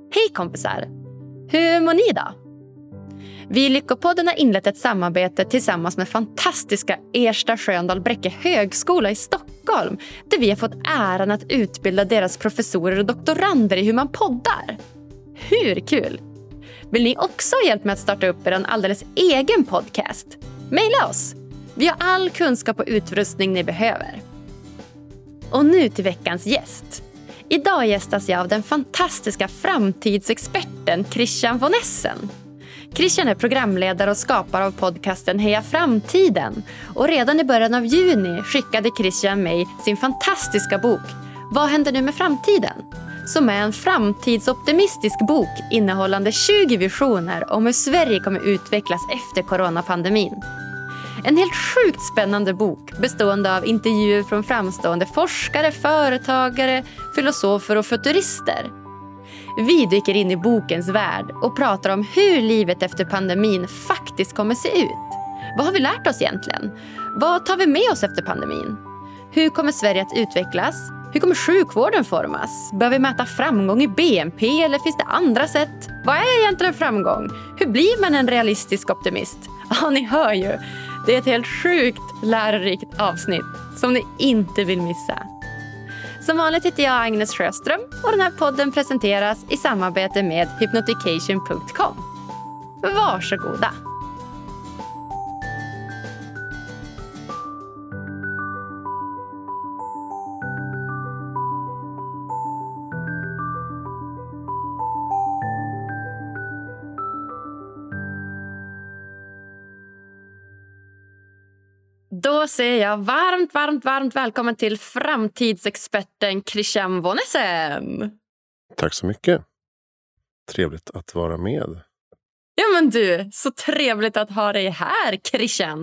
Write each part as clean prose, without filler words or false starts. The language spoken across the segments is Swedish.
Hej kompisar! Hur mår ni då? Vi i Lyckopodden har inlett ett samarbete tillsammans med fantastiska Ersta Sköndal Bräcke högskola i Stockholm, där vi har fått äran att utbilda deras professorer och doktorander i hur man poddar. Hur kul! Vill ni också ha hjälp med att starta upp er en alldeles egen podcast? Maila oss! Vi har all kunskap och utrustning ni behöver. Och nu till veckans gäst. Idag gästas jag av den fantastiska framtidsexperten Christian von Essen. Christian är programledare och skapare av podcasten Heja Framtiden. Och redan i början av juni skickade Christian mig sin fantastiska bok Vad händer nu med framtiden? Som är en framtidsoptimistisk bok innehållande 20 visioner om hur Sverige kommer utvecklas efter coronapandemin. En helt sjukt spännande bok bestående av intervjuer från framstående forskare, företagare, filosofer och futurister. Vi dyker in i bokens värld och pratar om hur livet efter pandemin faktiskt kommer se ut. Vad har vi lärt oss egentligen? Vad tar vi med oss efter pandemin? Hur kommer Sverige att utvecklas? Hur kommer sjukvården formas? Bör vi mäta framgång i BNP eller finns det andra sätt? Vad är egentligen framgång? Hur blir man en realistisk optimist? Ja, ni hör ju. Det är ett helt sjukt lärorikt avsnitt som ni inte vill missa. Som vanligt heter jag Agnes Sjöström och den här podden presenteras i samarbete med hypnotication.com. Varsågoda! Då säger jag varmt välkommen till framtidsexperten Christian von Essen. Tack så mycket. Trevligt att vara med. Ja men du, så trevligt att ha dig här, Christian.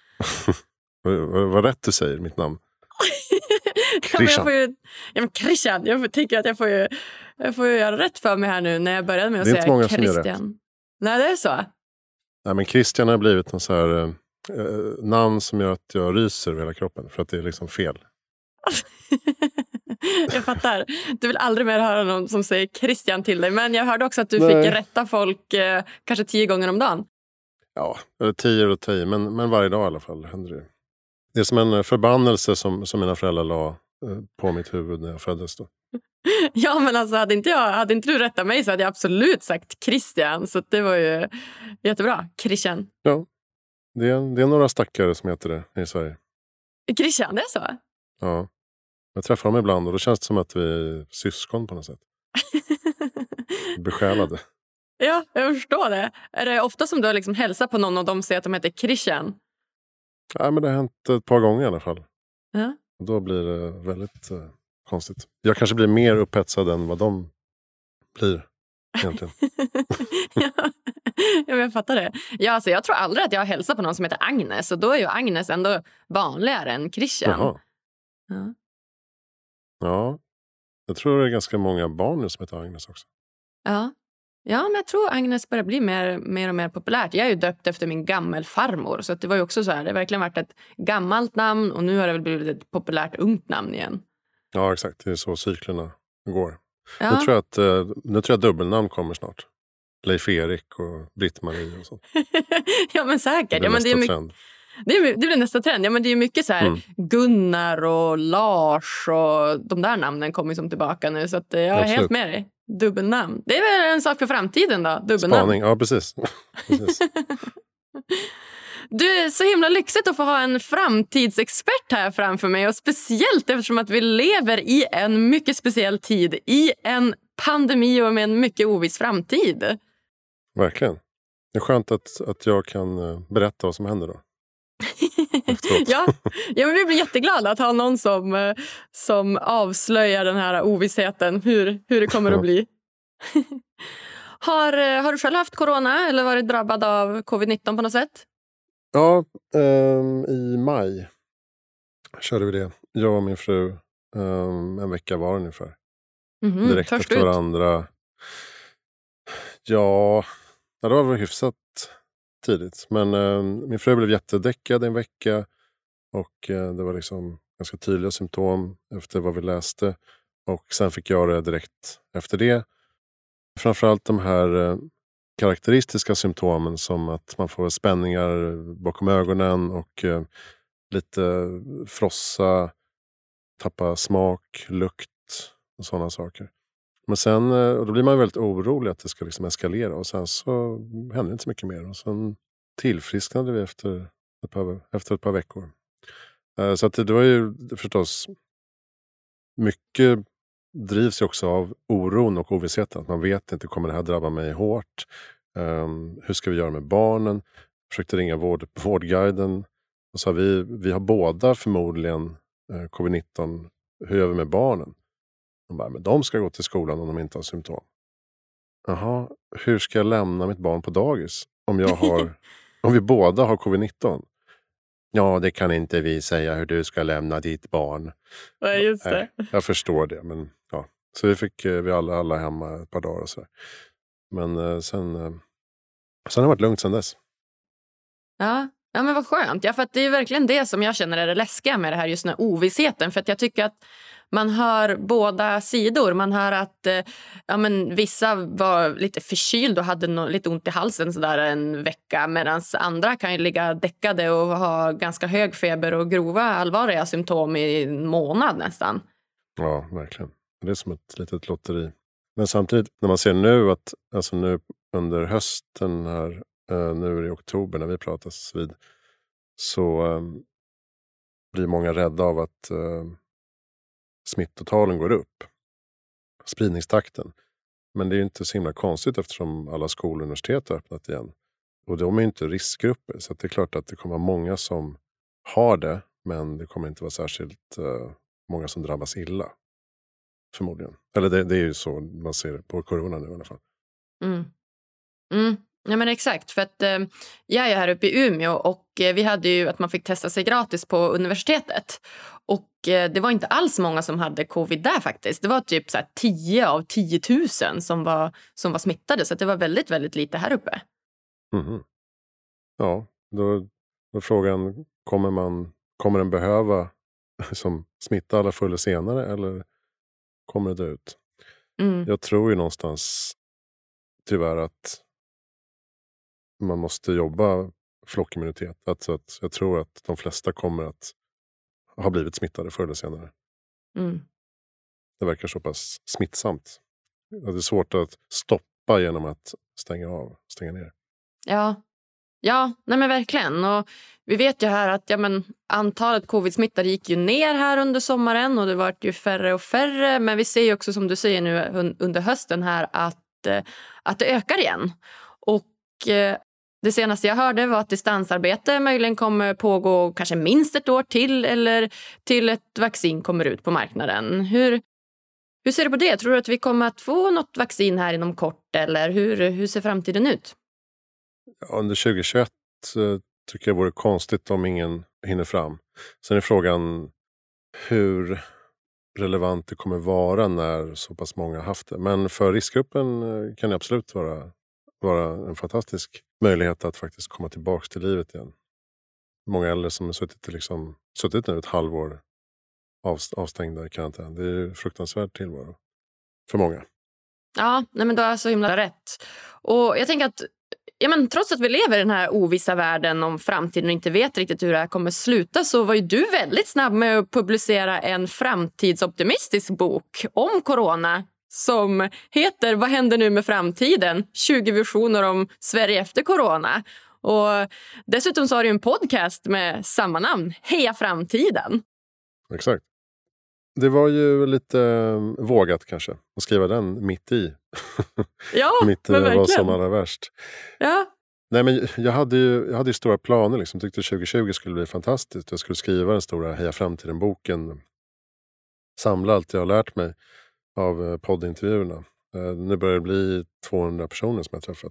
Vad rätt du säger, mitt namn. Christian. Christian, jag tänker att jag får ju göra rätt för mig här nu när jag började med att säga Christian. Det är inte många som gör rätt. Nej, det är så. Nej, men Christian har blivit en så här namn som gör att jag ryser över hela kroppen för att det är liksom fel. Jag fattar. Du vill aldrig mer höra någon som säger Christian till dig. Men jag hörde också att du fick rätta folk kanske 10 gånger om dagen. Ja, eller 10 men varje dag i alla fall händer det. Det är som en förbannelse som mina föräldrar la på mitt huvud när jag föddes då. Ja, men alltså hade inte du rättat mig så hade jag absolut sagt Christian. Så det var ju jättebra. Christian. Ja. Det är några stackare som heter det i Sverige. Christian, det är så? Ja. Jag träffar dem ibland och då känns det som att vi är syskon på något sätt. Besjälade. Ja, jag förstår det. Är det ofta som du har liksom hälsat på någon och de säger att de heter Christian? Ja, men det har hänt ett par gånger i alla fall. Ja. Och då blir det väldigt konstigt. Jag kanske blir mer upphetsad än vad de blir egentligen. Ja, jag fattar det. Ja, alltså, jag tror aldrig att jag har hälsat på någon som heter Agnes. Och då är ju Agnes ändå vanligare än Christian. Jaha. Ja, jag tror det är ganska många barn nu som heter Agnes också. Ja, men jag tror Agnes börjar bli mer och mer populärt. Jag är ju döpt efter min gammelfarmor. Så att det var ju också så här, det har verkligen varit ett gammalt namn. Och nu har det väl blivit ett populärt ungt namn igen. Ja, exakt. Det är så cyklerna går. Ja. Nu tror jag dubbelnamn kommer snart. Leif Erik och Britt-Marie och sånt. Ja, men säkert. Det blir nästa trend. Det blir nästa trend. Ja, men det är mycket så här Gunnar och Lars och de där namnen kommer som tillbaka nu. Så att jag är helt med dig. Dubbelnamn. Det är väl en sak för framtiden då? Dubbelnamn. Spaning, ja precis. Du, är så himla lyxigt att få ha en framtidsexpert här framför mig. Och speciellt eftersom att vi lever i en mycket speciell tid. I en pandemi och med en mycket oviss framtid. Verkligen. Det är skönt att jag kan berätta vad som händer då. Ja, men vi blir jätteglada att ha någon som avslöjar den här ovissheten. Hur det kommer att bli. Har du själv haft corona eller varit drabbad av covid-19 på något sätt? Ja, i maj körde vi det. Jag och min fru en vecka var ungefär. Direkt efter varandra. Ja, det var väl hyfsat tidigt. Men min fru blev jättedäckad en vecka. Och det var liksom ganska tydliga symptom efter vad vi läste. Och sen fick jag det direkt efter det. framförallt de här karaktäristiska symptomen som att man får spänningar bakom ögonen och lite frossa, tappa smak, lukt och sådana saker. Men sen, och då blir man väldigt orolig att det ska liksom eskalera och sen så hände inte så mycket mer och sen tillfrisknade vi efter ett par veckor. Så att det var ju förstås mycket drivs ju också av oron och ovissheten. Att man vet inte, kommer det här drabba mig hårt? Hur ska vi göra med barnen? Försökte ringa Vårdguiden och sa vi har båda förmodligen covid-19. Hur gör vi med barnen? De bara, men de ska gå till skolan om de inte har symptom. Jaha, hur ska jag lämna mitt barn på dagis om vi båda har covid-19? Ja, det kan inte vi säga hur du ska lämna ditt barn. Nej, just det. Jag förstår det, men ja. Så vi fick alla hemma ett par dagar och så. Men sen har det varit lugnt sen dess. Ja, men vad skönt. Ja, för att det är verkligen det som jag känner är det läskiga med det här, just den här ovissheten. För att jag tycker att man hör båda sidor. Man hör att vissa var lite förkyld och hade lite ont i halsen så där en vecka. Medan andra kan ju ligga däckade och ha ganska hög feber och grova allvarliga symptom i en månad nästan. Ja, verkligen. Det är som ett litet lotteri. Men samtidigt, när man ser nu att alltså nu under hösten här, nu i oktober när vi pratas vid, så blir många rädda av att smittotalen går upp. Spridningstakten. Men det är ju inte så himla konstigt eftersom alla skolor och universitet har öppnat igen. Och de är ju inte riskgrupper. Så det är klart att det kommer vara många som har det. Men det kommer inte vara särskilt många som drabbas illa. Förmodligen. Eller det är ju så man ser det på kurvorna nu i alla fall. Ja, men exakt, för att jag är här uppe i Umeå och vi hade ju att man fick testa sig gratis på universitetet. Och det var inte alls många som hade covid där faktiskt. Det var typ så här 10 av 10 000 som var smittade, så att det var väldigt, väldigt lite här uppe. Mm-hmm. Ja, då frågan, kommer den behöva som smitta alla förr eller senare eller kommer det ut? Jag tror ju någonstans tyvärr att man måste jobba flockimmunitet. Alltså att jag tror att de flesta kommer att ha blivit smittade förr eller senare. Det verkar så pass smittsamt. Det är svårt att stoppa genom att stänga ner. Ja, nej men verkligen. Och vi vet ju här att antalet covid-smittade gick ju ner här under sommaren och det var ju färre och färre. Men vi ser ju också, som du säger nu under hösten här, att det ökar igen. Och det senaste jag hörde var att distansarbete möjligen kommer pågå kanske minst ett år till eller till ett vaccin kommer ut på marknaden. Hur ser du på det? Tror du att vi kommer att få något vaccin här inom kort eller hur ser framtiden ut? Under 2021 tycker jag vore konstigt om ingen hinner fram. Sen är frågan hur relevant det kommer vara när så pass många har haft det. Men för riskgruppen kan det absolut vara en fantastisk möjlighet att faktiskt komma tillbaka till livet igen. Många äldre som har suttit nu ett halvår avstängda i karantän. Det är fruktansvärt tillvaro för många. Ja, nej men du har så himla rätt. Och jag tänker att trots att vi lever i den här ovissa världen om framtiden och inte vet riktigt hur det här kommer sluta, så var ju du väldigt snabb med att publicera en framtidsoptimistisk bok om corona som heter Vad händer nu med framtiden? 20 visioner om Sverige efter corona. Och dessutom så har du en podcast med samma namn, Heja framtiden. Exakt. Det var ju lite vågat kanske att skriva den mitt i. Ja, mitt i men verkligen. Vad som allra värst. Ja. Nej, men jag hade ju stora planer liksom. Tyckte 2020 skulle bli fantastiskt. Jag skulle skriva den stora Heja framtiden-boken. Samla allt jag har lärt mig av poddintervjuerna. Nu börjar det bli 200 personer som jag träffat.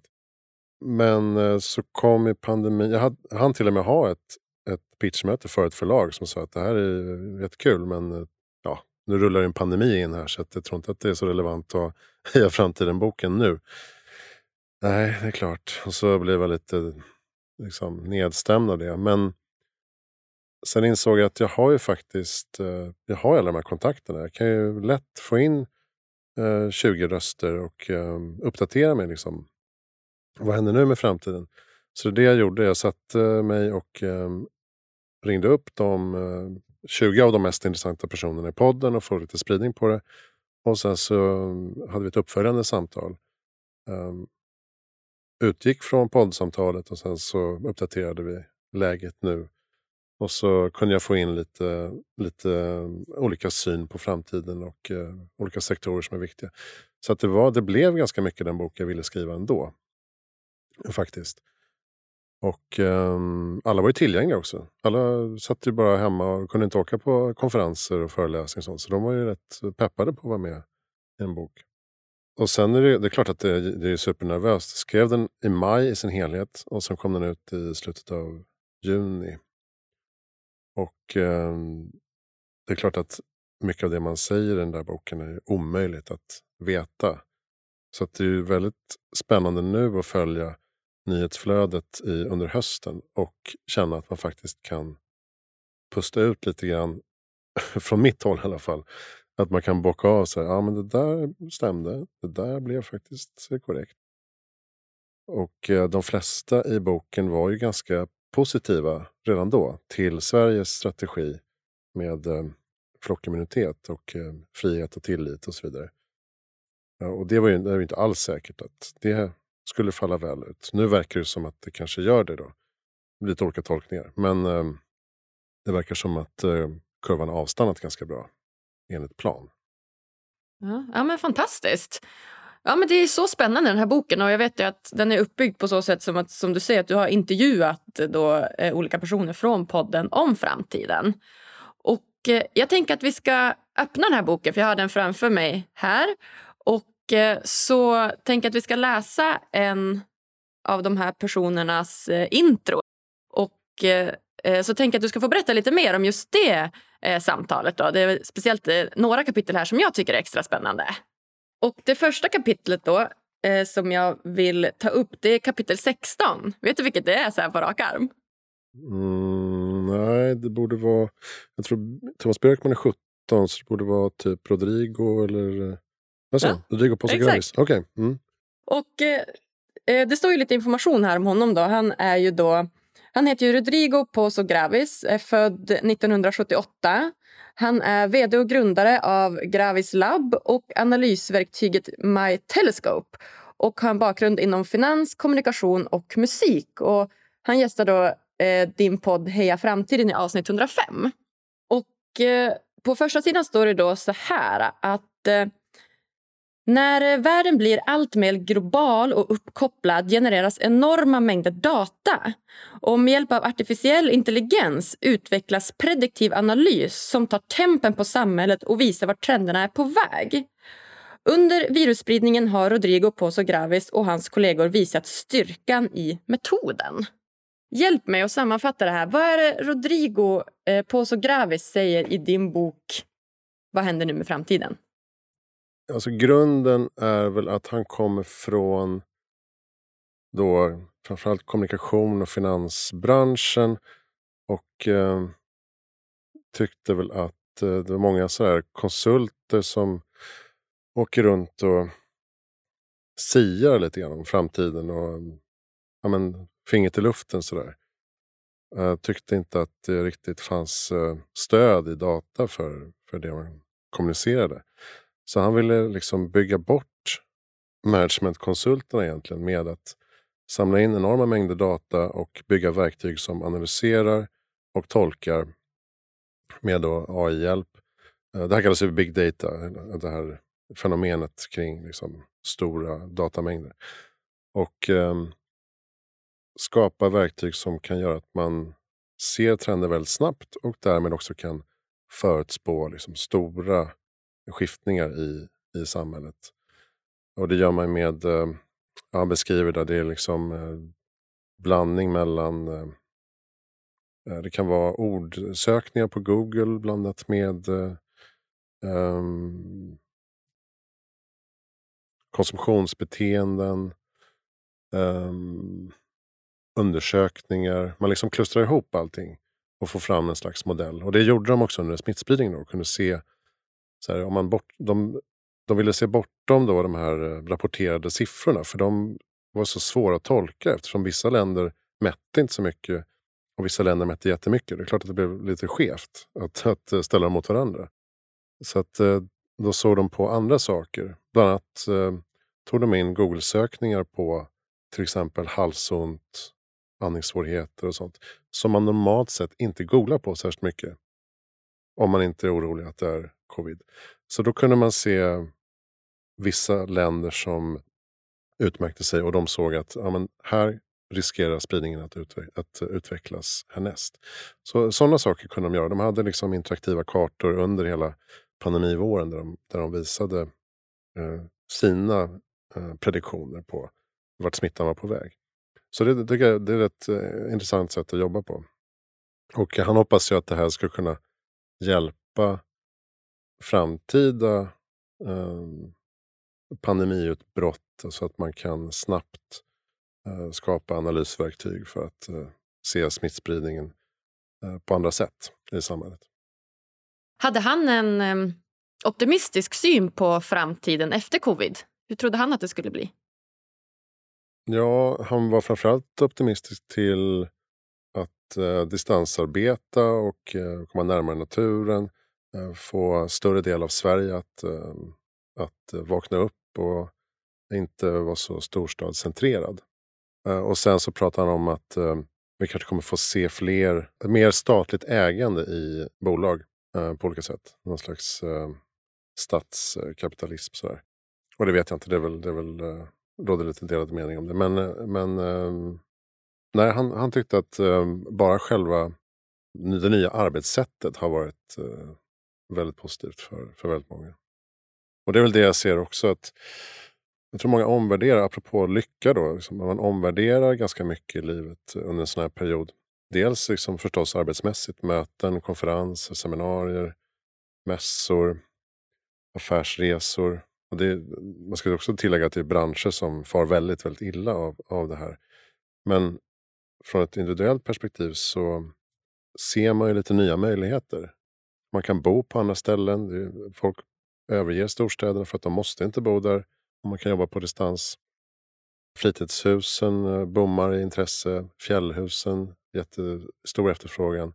Men så kom ju pandemin. Jag hann till och med ha ett pitchmöte för ett förlag som sa att det här är jättekul, men nu rullar en pandemi in här så att jag tror inte att det är så relevant att Heja framtiden-boken nu. Nej, det är klart. Och så blev jag lite nedstämd av det. Men sen insåg jag att jag har ju faktiskt jag har alla de här kontakterna. Jag kan ju lätt få in 20 röster och uppdatera mig liksom. Vad händer nu med framtiden? Så det jag gjorde, jag satte mig och ringde upp de 20 av de mest intressanta personerna i podden och få lite spridning på det. Och sen så hade vi ett uppföljande samtal. Utgick från poddsamtalet och sen så uppdaterade vi läget nu. Och så kunde jag få in lite olika syn på framtiden och olika sektorer som är viktiga. Så att det blev ganska mycket den bok jag ville skriva ändå. Faktiskt. Och alla var ju tillgängliga också. Alla satt ju bara hemma och kunde inte åka på konferenser och föreläsningar och sånt. Så de var ju rätt peppade på att vara med i en bok. Och sen är det är klart att det är supernervöst. Jag skrev den i maj i sin helhet och sen kom den ut i slutet av juni. Och det är klart att mycket av det man säger i den där boken är omöjligt att veta. Så att det är ju väldigt spännande nu att följa nyhetsflödet under hösten och känna att man faktiskt kan pusta ut lite grann, från mitt håll i alla fall. Att man kan bocka av sig, ja men det där stämde, det där blev faktiskt korrekt. Och de flesta i boken var ju ganska positiva redan då till Sveriges strategi med flockimmunitet och frihet och tillit och så vidare. Ja, och det var ju inte alls säkert att det skulle falla väl ut. Nu verkar det som att det kanske gör det då. Lite olika tolkningar. Men det verkar som att kurvan har avstannat ganska bra enligt plan. Ja, men fantastiskt. Ja, men det är så spännande den här boken, och jag vet ju att den är uppbyggd på så sätt som du säger, att du har intervjuat då olika personer från podden om framtiden. Och jag tänker att vi ska öppna den här boken, för jag har den framför mig här. Och så tänker jag att vi ska läsa en av de här personernas intro. Och så tänker jag att du ska få berätta lite mer om just det samtalet då. Det är speciellt några kapitel här som jag tycker är extra spännande. Och det första kapitlet då som jag vill ta upp, det är kapitel 16. Vet du vilket det är så här på rak arm? Nej, det borde vara... Jag tror Thomas Björkman är 17, så det borde vara typ Rodrigo eller... Alltså, ja, Rodrigo Pozo Gravis. Okej. Mm. Och det står ju lite information här om honom då. Han heter ju Rodrigo Pozo Gravis, är född 1978. Han är vd och grundare av Gravis Lab och analysverktyget My Telescope. Och har en bakgrund inom finans, kommunikation och musik. Och han gästar då din podd Heja Framtiden i avsnitt 105. Och på första sidan står det då så här att... När världen blir allt mer global och uppkopplad genereras enorma mängder data. Och med hjälp av artificiell intelligens utvecklas prediktiv analys som tar tempen på samhället och visar vart trenderna är på väg. Under virusspridningen har Rodrigo Pozo Gravis och hans kollegor visat styrkan i metoden. Hjälp mig att sammanfatta det här. Vad är det Rodrigo Pozo Gravis säger i din bok Vad händer nu med framtiden? Alltså grunden är väl att han kommer från då framförallt kommunikation och finansbranschen och tyckte väl att det var många så här konsulter som åker runt och siar lite grann om framtiden och fingret i luften sådär. Tyckte inte att det riktigt fanns stöd i data för det man kommunicerade. Så han ville liksom bygga bort managementkonsulterna egentligen med att samla in enorma mängder data och bygga verktyg som analyserar och tolkar med då AI-hjälp. Det här kallas ju big data, det här fenomenet kring liksom stora datamängder. Och skapa verktyg som kan göra att man ser trender väldigt snabbt och därmed också kan förutspå liksom stora skiftningar i samhället. Och det gör man med, han beskriver det är liksom blandning mellan, det kan vara ordsökningar på Google blandat med konsumtionsbeteenden, undersökningar. Man liksom klustrar ihop allting och får fram en slags modell. Och det gjorde de också under smittspridningen då. Kunde se så här, om man de ville se bortom då de här rapporterade siffrorna, för de var så svåra att tolka eftersom vissa länder mätte inte så mycket och vissa länder mätte jättemycket. Det är klart att det blev lite skevt att ställa dem mot varandra. Så att då såg de på andra saker. Bland annat tog de in Google-sökningar på till exempel halsont, andningssvårigheter och sånt. Som man normalt sett inte googlar på särskilt mycket. Om man inte är orolig att det är covid. Så då kunde man se vissa länder som utmärkte sig och de såg att ja, men här riskerar spridningen att utvecklas härnäst. Så sådana saker kunde de göra. De hade liksom interaktiva kartor under hela pandemivåren där de visade sina prediktioner på vart smittan var på väg. Så det är ett intressant sätt att jobba på. Och han hoppas ju att det här ska kunna hjälpa framtida pandemiutbrott så att man kan snabbt skapa analysverktyg för att se smittspridningen på andra sätt i samhället. Hade han en optimistisk syn på framtiden efter covid? Hur trodde han att det skulle bli? Ja, han var framförallt optimistisk till att distansarbeta och komma närmare naturen. Få större del av Sverige att vakna upp och inte vara så storstadscentrerad. Och sen så pratar han om att vi kanske kommer få se mer statligt ägande i bolag på olika sätt. Någon slags statskapitalism sådär. Och det vet jag inte, det är väl råder lite delad mening om det. Men nej, han tyckte att bara själva det nya arbetssättet har varit väldigt positivt för väldigt många. Och det är väl det jag ser också, att jag tror många omvärderar, apropå lycka då, liksom, man omvärderar ganska mycket i livet under en sån här period. Dels liksom förstås arbetsmässigt, möten, konferenser, seminarier, mässor, affärsresor. Och man ska också tillägga att det är branscher som far väldigt, väldigt illa av det här. Men från ett individuellt perspektiv så ser man ju lite nya möjligheter. Man kan bo på andra ställen. Folk överger storstäderna för att de måste inte bo där. Och man kan jobba på distans. Fritidshusen bommar i intresse. Fjällhusen, jättestor efterfrågan.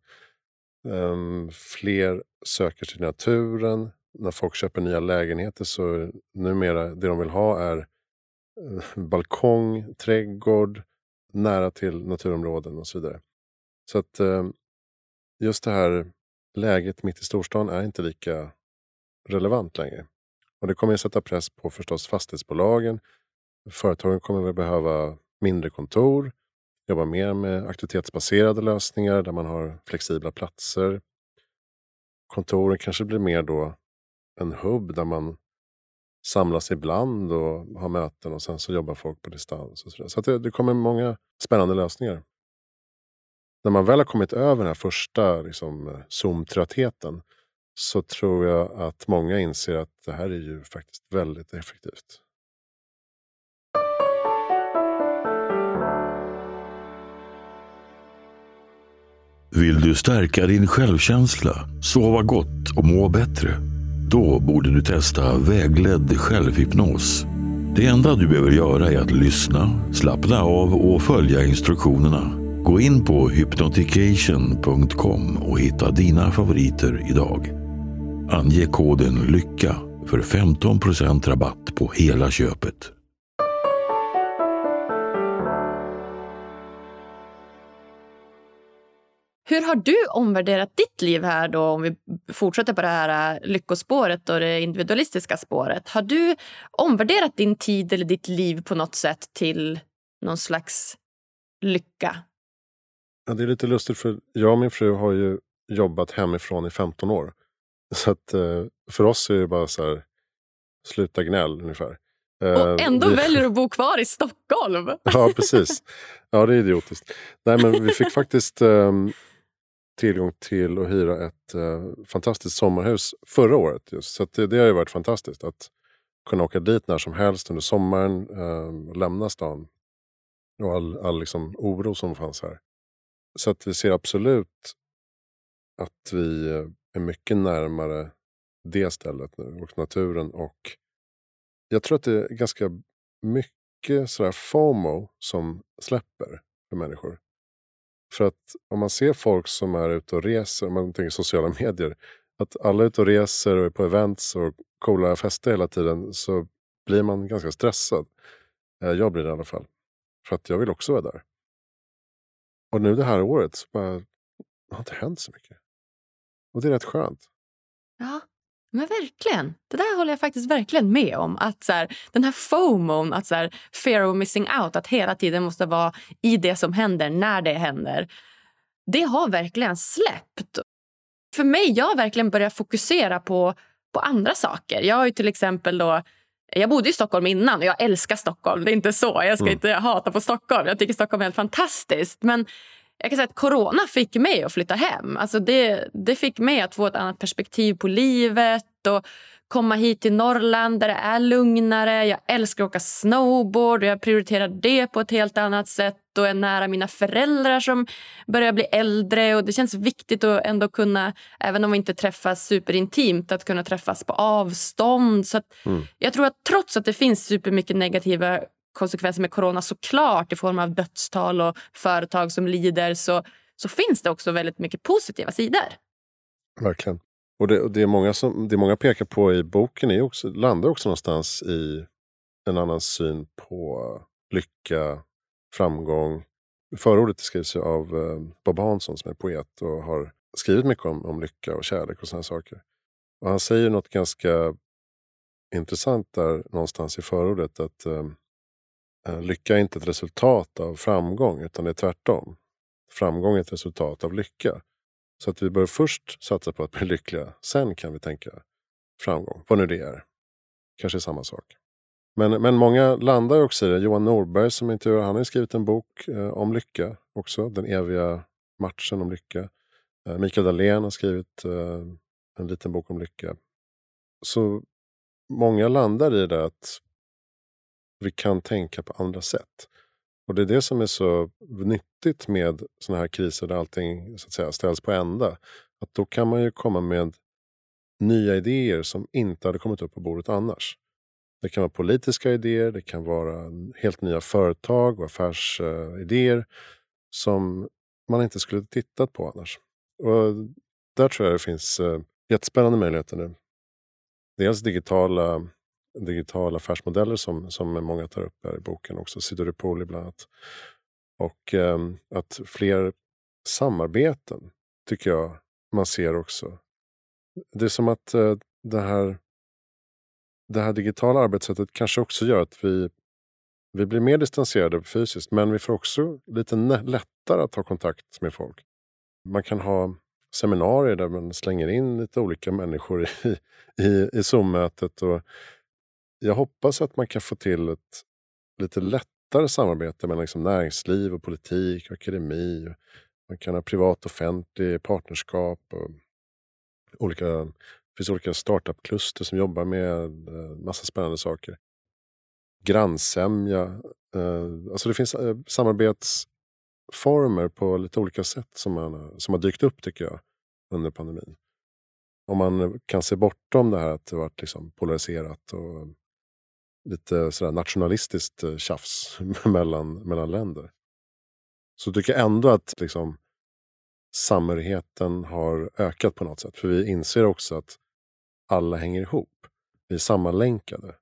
Fler söker till naturen. När folk köper nya lägenheter så numera det de vill ha är balkong, trädgård, nära till naturområden och så vidare. Så att just det här läget mitt i storstan är inte lika relevant längre. Och det kommer att sätta press på förstås fastighetsbolagen. Företagen kommer att behöva mindre kontor, jobba mer med aktivitetsbaserade lösningar där man har flexibla platser. Kontoren kanske blir mer då en hubb där man samlas ibland och har möten och sen så jobbar folk på distans. Och så att det kommer många spännande lösningar. När man väl har kommit över den här första liksom, Zoom-tröttheten så tror jag att många inser att det här är ju faktiskt väldigt effektivt. Vill du stärka din självkänsla, sova gott och må bättre? Då borde du testa vägledd självhypnos. Det enda du behöver göra är att lyssna, slappna av och följa instruktionerna. Gå in på hypnotication.com och hitta dina favoriter idag. Ange koden LYCKA för 15% rabatt på hela köpet. Hur har du omvärderat ditt liv här då, om vi fortsätter på det här lyckospåret och det individualistiska spåret? Har du omvärderat din tid eller ditt liv på något sätt till någon slags lycka? Ja, det är lite lustigt för jag och min fru har ju jobbat hemifrån i 15 år. Så att för oss är det bara så här sluta gnäll ungefär. Och ändå väljer du att bo kvar i Stockholm. Ja, precis. Ja, det är idiotiskt. Nej, men vi fick faktiskt tillgång till att hyra ett fantastiskt sommarhus förra året. Just. Så att det har ju varit fantastiskt att kunna åka dit när som helst under sommaren och lämna stan. Och all liksom oro som fanns här. Så att vi ser absolut att vi är mycket närmare det stället nu och naturen och jag tror att det är ganska mycket sådär FOMO som släpper för människor. För att om man ser folk som är ute och reser, om man tänker sociala medier, att alla är ute och reser och är på events och coola fester hela tiden, så blir man ganska stressad. Jag blir det i alla fall. För att jag vill också vara där. Och nu det här året så bara, det har inte hänt så mycket. Och det är rätt skönt. Ja, men verkligen. Det där håller jag faktiskt verkligen med om. Att så här, den här FOMOn, att så här, fear of missing out, att hela tiden måste vara i det som händer när det händer. Det har verkligen släppt. För mig, jag har verkligen börjat fokusera på andra saker. Jag har ju till exempel då, jag bodde i Stockholm innan och jag älskar Stockholm. Det är inte så, jag ska inte hata på Stockholm. Jag tycker Stockholm är helt fantastiskt. Men jag kan säga att corona fick mig att flytta hem. Alltså det fick mig att få ett annat perspektiv på livet och komma hit till Norrland där det är lugnare. Jag älskar att åka snowboard och jag prioriterar det på ett helt annat sätt och är nära mina föräldrar som börjar bli äldre. Och det känns viktigt att ändå kunna, även om vi inte träffas superintimt, att kunna träffas på avstånd. Så att jag tror att trots att det finns supermycket negativa konsekvenser med corona, såklart i form av dödstal och företag som lider, så finns det också väldigt mycket positiva sidor. Verkligen. Och det är många pekar på i boken landar också någonstans i en annan syn på lycka, framgång. Förordet skrivs ju av Bob Hansson som är poet och har skrivit mycket om lycka och kärlek och sådana saker. Och han säger något ganska intressant där någonstans i förordet, att lycka är inte ett resultat av framgång utan det är tvärtom. Framgång är ett resultat av lycka. Så att vi bör först satsa på att bli lyckliga. Sen kan vi tänka framgång. Vad nu det är. Kanske är samma sak. Men många landar också i det. Johan Norberg som intervjuar, han har skrivit en bok om lycka också. Den eviga matchen om lycka. Mikael Dahlén har skrivit en liten bok om lycka. Så många landar i det att vi kan tänka på andra sätt. Och det är det som är så nyttigt med såna här kriser där allting så att säga ställs på ända. Att då kan man ju komma med nya idéer som inte hade kommit upp på bordet annars. Det kan vara politiska idéer, det kan vara helt nya företag och affärsidéer som man inte skulle tittat på annars. Och där tror jag det finns jättespännande möjligheter nu. Dels digitala affärsmodeller som många tar upp här i boken också. Sidoripoli bland annat. Och att fler samarbeten tycker jag man ser också. Det är som att det här digitala arbetssättet kanske också gör att vi blir mer distanserade fysiskt, men vi får också lite lättare att ha kontakt med folk. Man kan ha seminarier där man slänger in lite olika människor i Zoom-mötet, och jag hoppas att man kan få till ett lite lättare samarbete mellan liksom näringsliv och politik och akademi. Man kan ha privat och offentlig partnerskap och det finns olika startup-kluster som jobbar med massa spännande saker. Grannsämja. Alltså det finns samarbetsformer på lite olika sätt som har dykt upp tycker jag under pandemin. Om man kan se bortom det här att det varit liksom polariserat och lite sådär nationalistiskt tjafs mellan länder. Så tycker jag ändå att liksom samhörigheten har ökat på något sätt. För vi inser också att alla hänger ihop. Vi är sammanlänkade.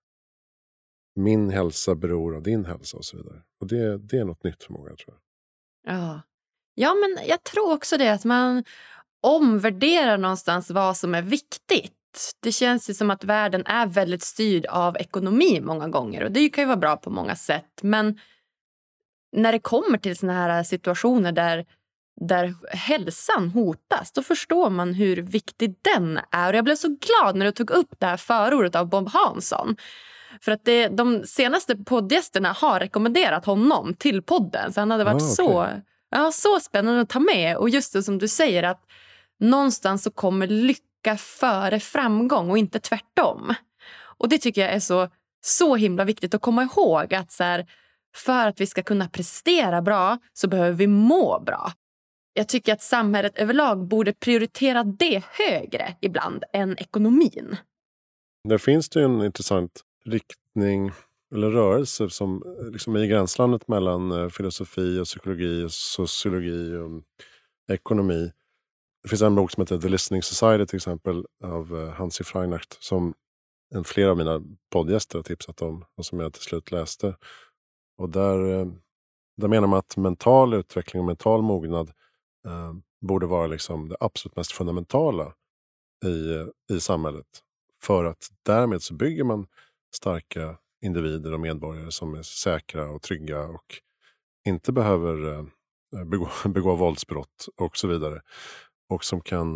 Min hälsa beror av din hälsa och så vidare. Och det är något nytt för många, tror jag. Ja, men jag tror också det att man omvärderar någonstans vad som är viktigt. Det känns ju som att världen är väldigt styrd av ekonomi många gånger. Och det kan ju vara bra på många sätt. Men när det kommer till såna här situationer där hälsan hotas, då förstår man hur viktig den är. Och jag blev så glad när du tog upp det här förordet av Bob Hansson. För att de senaste poddgästerna har rekommenderat honom till podden. Så han hade varit så spännande att ta med. Och just det som du säger, att någonstans så kommer lycka före framgång och inte tvärtom. Och det tycker jag är så himla viktigt att komma ihåg. Att så här, för att vi ska kunna prestera bra så behöver vi må bra. Jag tycker att samhället överlag borde prioritera det högre ibland än ekonomin. Där finns det en intressant riktning eller rörelse som liksom är i gränslandet mellan filosofi och psykologi och sociologi och ekonomi. Det finns en bok som heter The Listening Society till exempel av Hansi Freinacht som flera av mina poddgäster har tipsat om och som jag till slut läste. Och där menar man att mental utveckling och mental mognad borde vara liksom det absolut mest fundamentala i samhället. För att därmed så bygger man starka individer och medborgare som är säkra och trygga och inte behöver begå våldsbrott och så vidare. Och som kan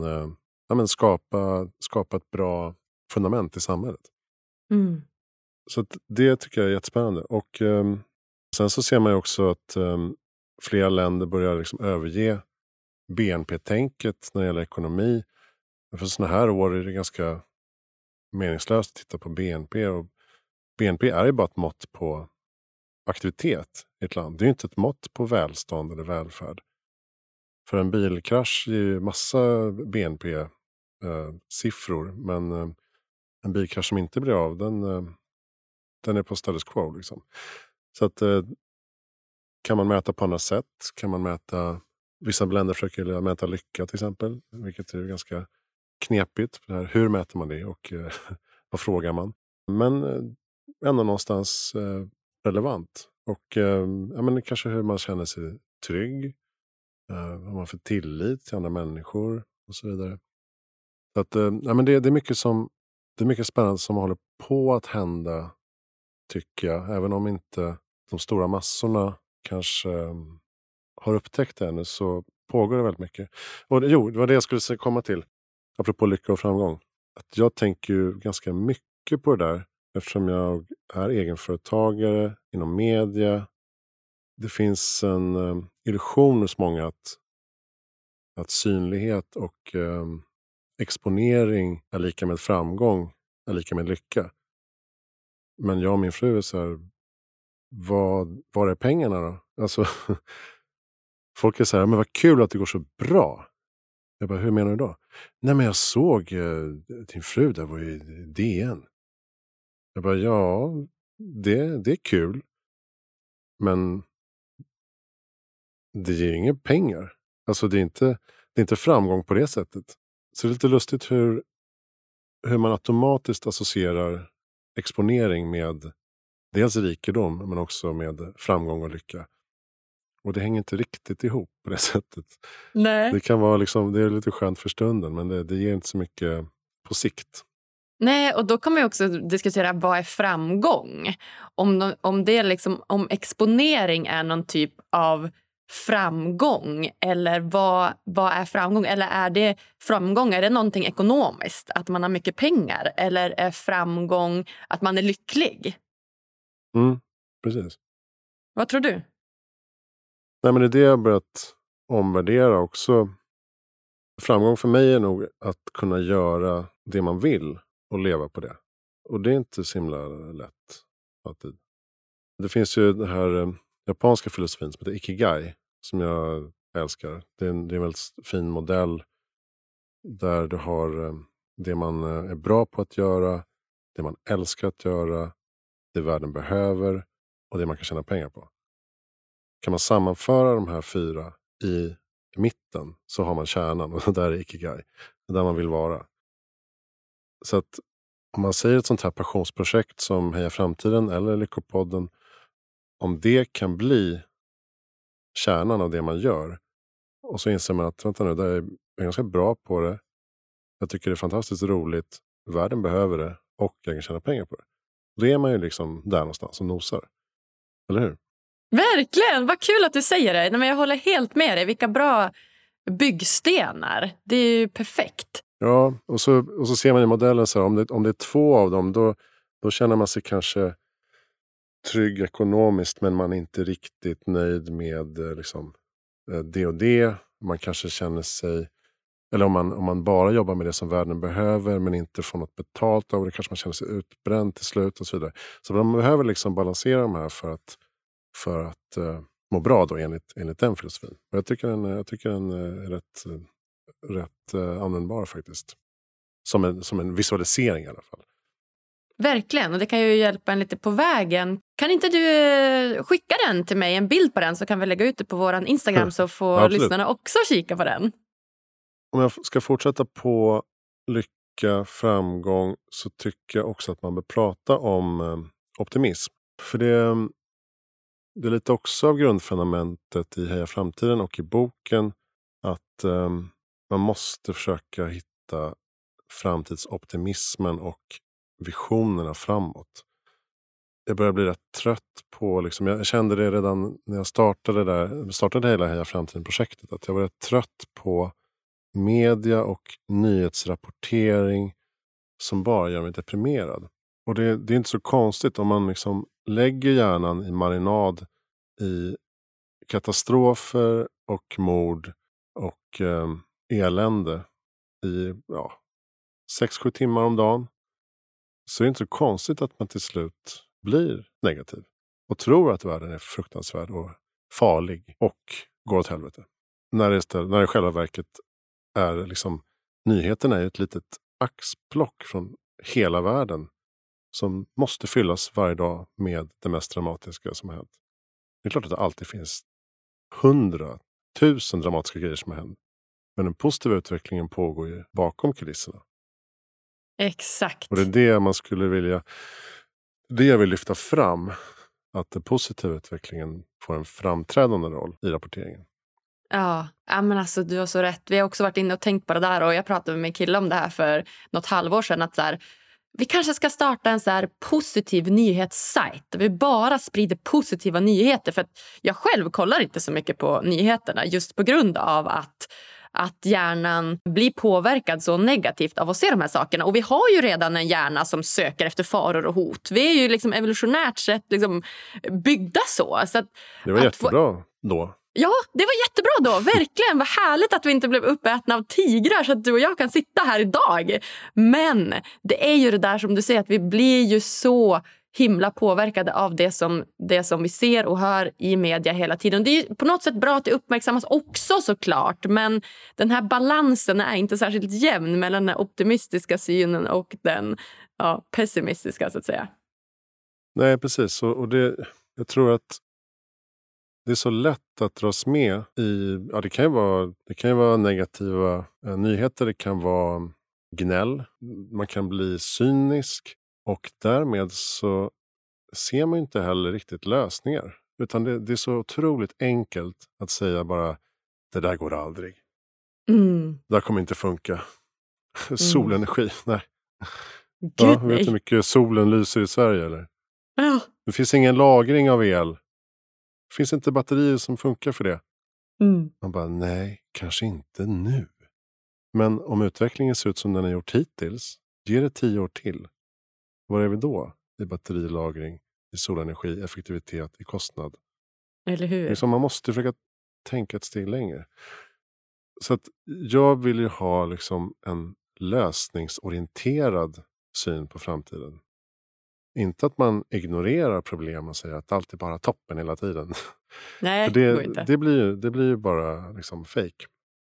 skapa ett bra fundament i samhället. Mm. Så att det tycker jag är jättespännande. Och sen så ser man ju också att flera länder börjar liksom överge BNP-tänket när det gäller ekonomi. För sådana här år är det ganska meningslöst att titta på BNP. Och BNP är ju bara ett mått på aktivitet i ett land. Det är ju inte ett mått på välstånd eller välfärd. För en bilkrasch är ju massa BNP-siffror. Men en bilkrasch som inte blir av, den är på status quo. Liksom. Så att kan man mäta på andra sätt? Kan man mäta... Vissa länder försöker mäta lycka till exempel. Vilket är ganska knepigt. Hur mäter man det och vad frågar man? Men ändå någonstans relevant. Och kanske hur man känner sig trygg. Vad man för tillit till andra människor och så vidare. Så att, det är mycket det är mycket spännande som håller på att hända, tycker jag. Även om inte de stora massorna kanske har upptäckt det ännu, så pågår det väldigt mycket. Och det var det jag skulle komma till. Apropå lycka och framgång. Att jag tänker ju ganska mycket på det där. Eftersom jag är egenföretagare inom media. Det finns en illusion hos många att synlighet och exponering är lika med framgång, är lika med lycka. Men jag och min fru är så här, var är pengarna då? Alltså, folk är så här, men vad kul att det går så bra. Jag bara, hur menar du då? Nej, men jag såg din fru där var i DN. Jag bara, ja, det är kul. Men det ger inga pengar. Alltså det är inte framgång på det sättet. Så det är lite lustigt hur man automatiskt associerar exponering med dels rikedom men också med framgång och lycka. Och det hänger inte riktigt ihop på det sättet. Nej. Det kan vara liksom, det är lite skönt för stunden men det ger inte så mycket på sikt. Nej, och då kan vi också diskutera vad är framgång. Om det liksom, om exponering är någon typ av framgång, eller vad är framgång? Eller är det framgång, är det någonting ekonomiskt, att man har mycket pengar, eller är framgång att man är lycklig? Precis. Vad tror du? Nej, men det är det jag har börjat omvärdera också. Framgång för mig är nog att kunna göra det man vill och leva på det. Och det är inte så himla lätt alltid. Det finns ju den här japanska filosofin som heter Ikigai som jag älskar. Det är en väldigt fin modell där du har det man är bra på att göra, det man älskar att göra, det världen behöver och det man kan tjäna pengar på. Kan man sammanföra de här 4 i mitten så har man kärnan och där är Ikigai. Det är där man vill vara. Så att om man säger ett sånt här passionsprojekt som Heja Framtiden eller Lyckopodden, om det kan bli kärnan av det man gör och så inser man att vänta nu, jag är ganska bra på det. Jag tycker det är fantastiskt roligt. Världen behöver det och jag kan tjäna pengar på det. Då är man ju liksom där någonstans och nosar. Eller hur? Verkligen, vad kul att du säger det. Nej, men jag håller helt med dig. Vilka bra byggstenar. Det är ju perfekt. Ja, och så ser man i modellen så här, om det är 2 av dem då känner man sig kanske trygg ekonomiskt men man är inte riktigt nöjd med liksom, det och det. Man kanske känner sig, eller om man bara jobbar med det som världen behöver men inte får något betalt av det, kanske man känner sig utbränd till slut och så vidare. Så man behöver liksom balansera de här för att må bra då enligt den filosofin. Och jag tycker den är rätt användbar faktiskt. Som en visualisering i alla fall. Verkligen, och det kan ju hjälpa en lite på vägen. Kan inte du skicka den till mig, en bild på den, så kan vi lägga ut det på våran Instagram så får lyssnarna också kika på den. Om jag ska fortsätta på lycka, framgång, så tycker jag också att man bör prata om optimism. För det är lite också av grundfundamentet i Heja Framtiden och i boken att man måste försöka hitta framtidsoptimismen och visionerna framåt. Jag börjar bli rätt trött på, liksom, jag kände det redan när jag startade hela Heja Framtiden-projektet, att jag var rätt trött på media och nyhetsrapportering som bara gör mig deprimerad. Och det är inte så konstigt om man liksom lägger hjärnan i marinad i katastrofer och mord och elände i 6-7 timmar om dagen, så är det inte så konstigt att man till slut blir negativ och tror att världen är fruktansvärd och farlig och går åt helvete. När det i själva verket är liksom, nyheterna är ett litet axplock från hela världen som måste fyllas varje dag med det mest dramatiska som har hänt. Det är klart att det alltid finns 100 000 dramatiska grejer som har hänt. Men den positiva utvecklingen pågår ju bakom kulisserna. Exakt. Och det är det man skulle vilja... Det jag vill lyfta fram. Att den positiva utvecklingen får en framträdande roll i rapporteringen. Ja, men alltså du har så rätt. Vi har också varit inne och tänkt på det där. Och jag pratade med min kille om det här för något halvår sedan. Att så här, vi kanske ska starta en så här positiv nyhetssajt. Där vi bara sprider positiva nyheter. För att jag själv kollar inte så mycket på nyheterna. Just på grund av att hjärnan blir påverkad så negativt av att se de här sakerna. Och vi har ju redan en hjärna som söker efter faror och hot. Vi är ju liksom evolutionärt sett liksom byggda så. Att det var jättebra då. Ja, det var jättebra då. Verkligen. Vad härligt att vi inte blev uppätna av tigrar så att du och jag kan sitta här idag. Men det är ju det där som du säger, att vi blir ju så himla påverkade av det som vi ser och hör i media hela tiden. Det är ju på något sätt bra att det uppmärksammas också, såklart. Men den här balansen är inte särskilt jämn mellan den optimistiska synen och den pessimistiska, så att säga. Nej, precis. Och jag tror att det är så lätt att dras med i... Ja, det kan ju vara negativa nyheter, det kan vara gnäll. Man kan bli cynisk. Och därmed så ser man inte heller riktigt lösningar. Utan det är så otroligt enkelt att säga bara, det där går aldrig. Det där kommer inte funka. Solenergi, nej. Gud, vet du hur mycket solen lyser i Sverige, eller? Ja. Det finns ingen lagring av el. Det finns inte batterier som funkar för det. Man bara, nej, kanske inte nu. Men om utvecklingen ser ut som den har gjort hittills, ger det 10 år till. Var är vi då? I batterilagring, i solenergi, effektivitet, i kostnad. Eller hur? Liksom man måste försöka tänka ett steg längre. Så att jag vill ju ha liksom en lösningsorienterad syn på framtiden. Inte att man ignorerar problem och säger att allt är bara toppen hela tiden. Nej, för det går inte. Det blir ju bara liksom fake.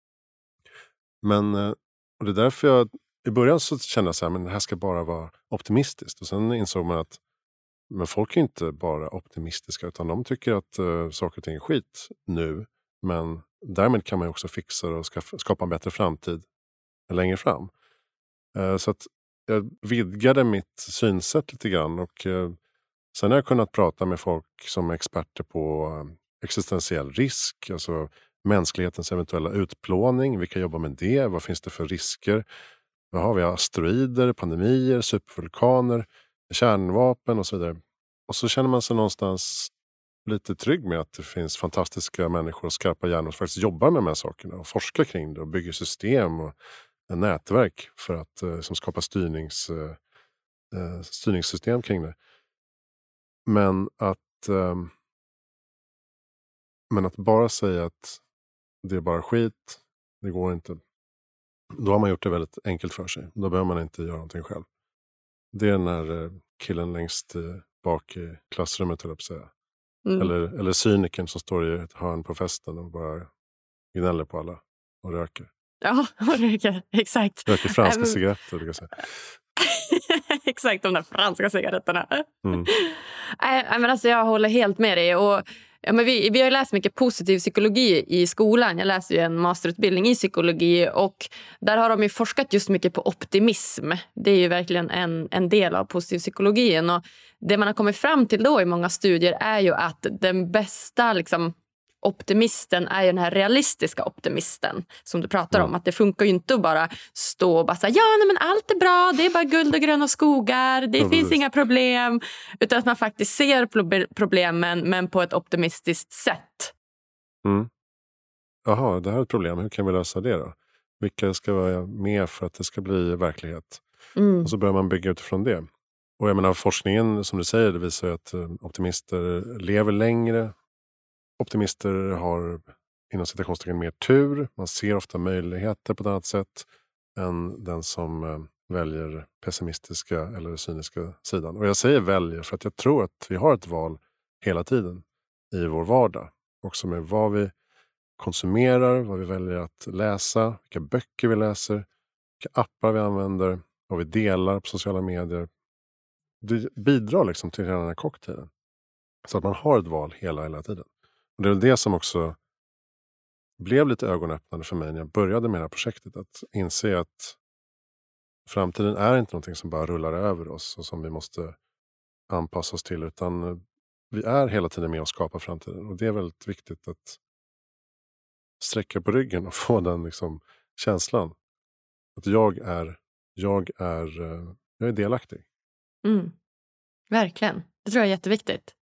Men, och det är därför jag i början så kände jag så här, men det här ska bara vara optimistiskt. Och sen insåg man att men folk är inte bara optimistiska, utan de tycker att saker och ting är skit nu. Men därmed kan man ju också fixa det och skapa en bättre framtid längre fram. Så att jag vidgade mitt synsätt lite grann. Och sen har jag kunnat prata med folk som är experter på existentiell risk. Alltså mänsklighetens eventuella utplåning. Vilka jobbar med det? Vad finns det för risker? Vad har vi? Asteroider, pandemier, supervulkaner, kärnvapen och så vidare. Och så känner man sig någonstans lite trygg med att det finns fantastiska människor och skarpa hjärnor som faktiskt jobbar med de här sakerna och forskar kring det och bygger system och nätverk för att som skapar styrningssystem kring det. Men att bara säga att det är bara skit, det går inte. Då har man gjort det väldigt enkelt för sig. Då behöver man inte göra någonting själv. Det är den här killen längst bak i klassrummet, höll jag på att säga. Eller cynikern som står i ett hörn på festen och bara gnäller på alla och röker. Ja, och röker, exakt. Röker franska cigaretter, det kan jag säga. Exakt, de där franska cigaretterna. Mm. Nej, men alltså jag håller helt med dig. Och, ja, men vi har läst mycket positiv psykologi i skolan. Jag läser ju en masterutbildning i psykologi och där har de ju forskat just mycket på optimism. Det är ju verkligen en del av positiv psykologin. Och det man har kommit fram till då i många studier är ju att den bästa liksom, optimisten är ju den här realistiska optimisten som du pratar om. Att det funkar ju inte att bara stå och bara säga nej, men allt är bra, det är bara guld och gröna skogar, det finns inga problem. Utan att man faktiskt ser problemen men på ett optimistiskt sätt. Mm. Jaha, det här är ett problem. Hur kan vi lösa det då? Vilka ska vara med för att det ska bli verklighet? Och så börjar man bygga utifrån det. Och jag menar, forskningen som du säger, det visar ju att optimister lever längre. Optimister har inom citationstecken mer tur. Man ser ofta möjligheter på ett annat sätt än den som väljer pessimistiska eller cyniska sidan. Och jag säger väljer för att jag tror att vi har ett val hela tiden i vår vardag. Också med vad vi konsumerar, vad vi väljer att läsa, vilka böcker vi läser, vilka appar vi använder, vad vi delar på sociala medier. Det bidrar liksom till hela den här cocktailen. Så att man har ett val hela tiden. Och det är väl det som också blev lite ögonöppnande för mig när jag började med det här projektet. Att inse att framtiden är inte någonting som bara rullar över oss och som vi måste anpassa oss till. Utan vi är hela tiden med och skapar framtiden. Och det är väldigt viktigt att sträcka på ryggen och få den liksom känslan. Att jag är delaktig. Verkligen. Det tror jag är jätteviktigt.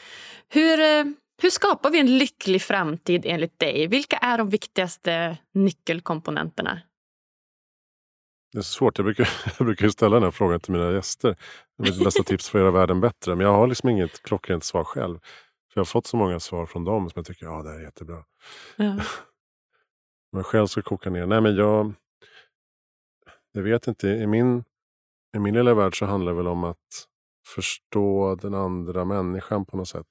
Hur skapar vi en lycklig framtid enligt dig? Vilka är de viktigaste nyckelkomponenterna? Det är så svårt. Jag brukar ju ställa den här frågan till mina gäster. Mitt bästa tips för att göra världen bättre. Men jag har liksom inget klockrent svar själv. För jag har fått så många svar från dem som jag tycker, det här är jättebra. Ja. Men själv så kokar ner. Nej, men jag vet inte. I min lilla värld så handlar det väl om att förstå den andra människan på något sätt.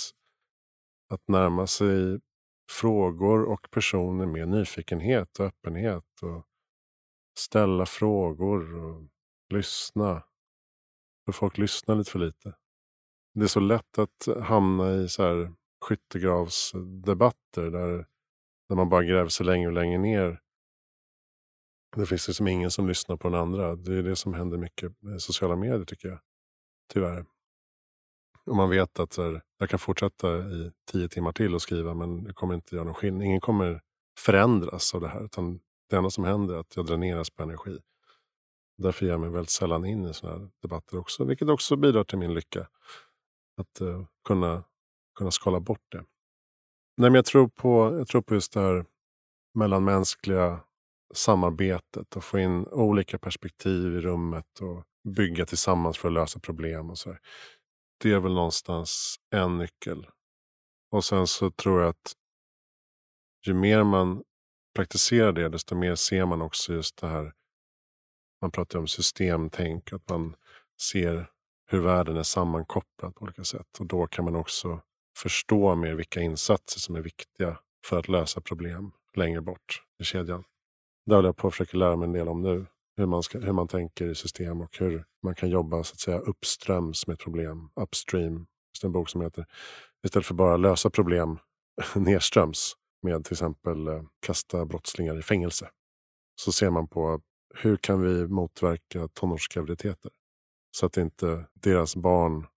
Att närma sig frågor och personer med nyfikenhet och öppenhet. Och ställa frågor och lyssna. För folk lyssnar lite för lite. Det är så lätt att hamna i så här skyttegravsdebatter där man bara gräver sig längre och längre ner. Det finns liksom ingen som lyssnar på den andra. Det är det som händer mycket med sociala medier tycker jag. Tyvärr. Och man vet att jag kan fortsätta i 10 timmar till och skriva men det kommer inte göra någon skillnad. Ingen kommer förändras av det här utan det enda som händer är att jag dräneras på energi. Därför ger jag mig väldigt sällan in i sådana här debatter också. Vilket också bidrar till min lycka. Att kunna skala bort det. Nej, men jag tror på just det här mellanmänskliga samarbetet. Och få in olika perspektiv i rummet. Och bygga tillsammans för att lösa problem och så här. Det är väl någonstans en nyckel. Och sen så tror jag att ju mer man praktiserar det, desto mer ser man också just det här. Man pratar om systemtänk, att man ser hur världen är sammankopplad på olika sätt. Och då kan man också förstå mer vilka insatser som är viktiga för att lösa problem längre bort i kedjan. Det håller jag på att försöka lära mig en del om nu. Hur man tänker i system och hur man kan jobba så att säga uppströms med problem. Upstream, det är en bok som heter. Istället för bara lösa problem nedströms med till exempel kasta brottslingar i fängelse. Så ser man på hur kan vi motverka tonårsgraviditeter. Så att inte deras barn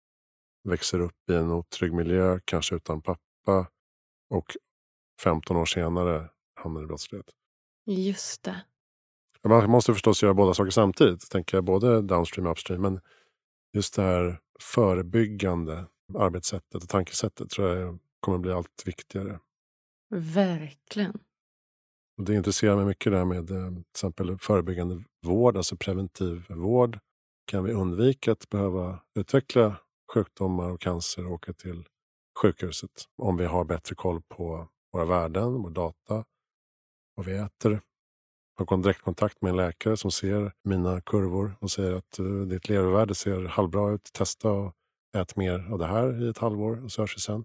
växer upp i en otrygg miljö, kanske utan pappa. Och 15 år senare hamnar i brottslighet. Just det. Man måste förstås göra båda saker samtidigt. Tänker jag både downstream och upstream. Men just det här förebyggande arbetssättet och tankesättet tror jag kommer bli allt viktigare. Verkligen. Och det intresserar mig mycket där med till exempel förebyggande vård, alltså preventiv vård. Kan vi undvika att behöva utveckla sjukdomar och cancer och åka till sjukhuset om vi har bättre koll på våra värden, vår data, vad vi äter. Jag har direktkontakt med en läkare som ser mina kurvor och säger att ditt levervärde ser halvbra ut. Testa och ät mer av det här i ett halvår och så hörs vi sen.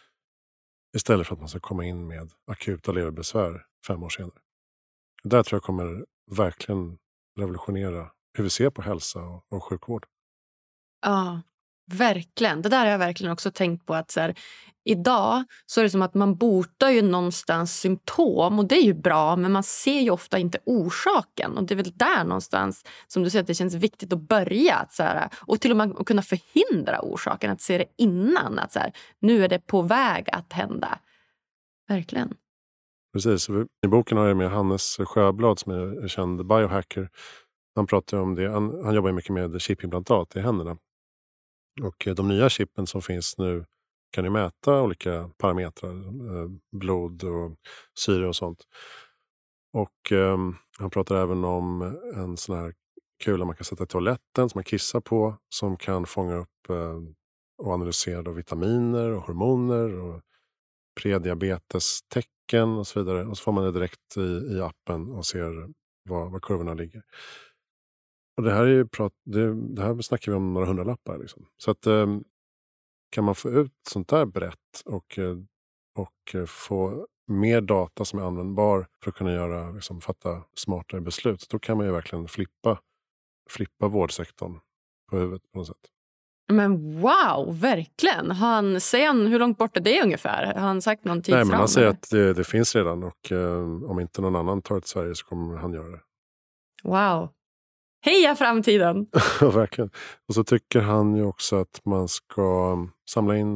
Istället för att man ska komma in med akuta leverbesvär 5 år senare. Det där tror jag kommer verkligen revolutionera hur vi ser på hälsa och sjukvård. Ja, verkligen. Det där har jag verkligen också tänkt på. Att så här, idag så är det som att man botar ju någonstans symptom. Och det är ju bra, men man ser ju ofta inte orsaken. Och det är väl där någonstans som du säger att det känns viktigt att börja. Att så här, och till och med att kunna förhindra orsaken. Att se det innan. Att så här, nu är det på väg att hända. Verkligen. Precis. I boken har jag med Hannes Sjöblad som är känd biohacker. Han pratar om det. Han jobbar mycket med chipimplantat i händerna. Och de nya chippen som finns nu kan ju mäta olika parametrar. Blod och syre och sånt. Och han pratar även om en sån här kula man kan sätta i toaletten som man kissar på. Som kan fånga upp och analysera då vitaminer och hormoner och prediabetestecken och så vidare. Och så får man det direkt i appen och ser var kurvorna ligger. Och det här är ju det här snackar vi om några hundralappar liksom. Så att kan man få ut sånt där brett och få mer data som är användbar för att kunna fatta smartare beslut, då kan man ju verkligen flippa vårdsektorn på huvudet på något sätt. Men wow, verkligen. Säger han hur långt bort är det ungefär? Har han sagt någon tidsram? Nej, men han säger att det finns redan och om inte någon annan tar det till Sverige så kommer han göra det. Wow. Heja framtiden! Ja, verkligen. Och så tycker han ju också att man ska samla in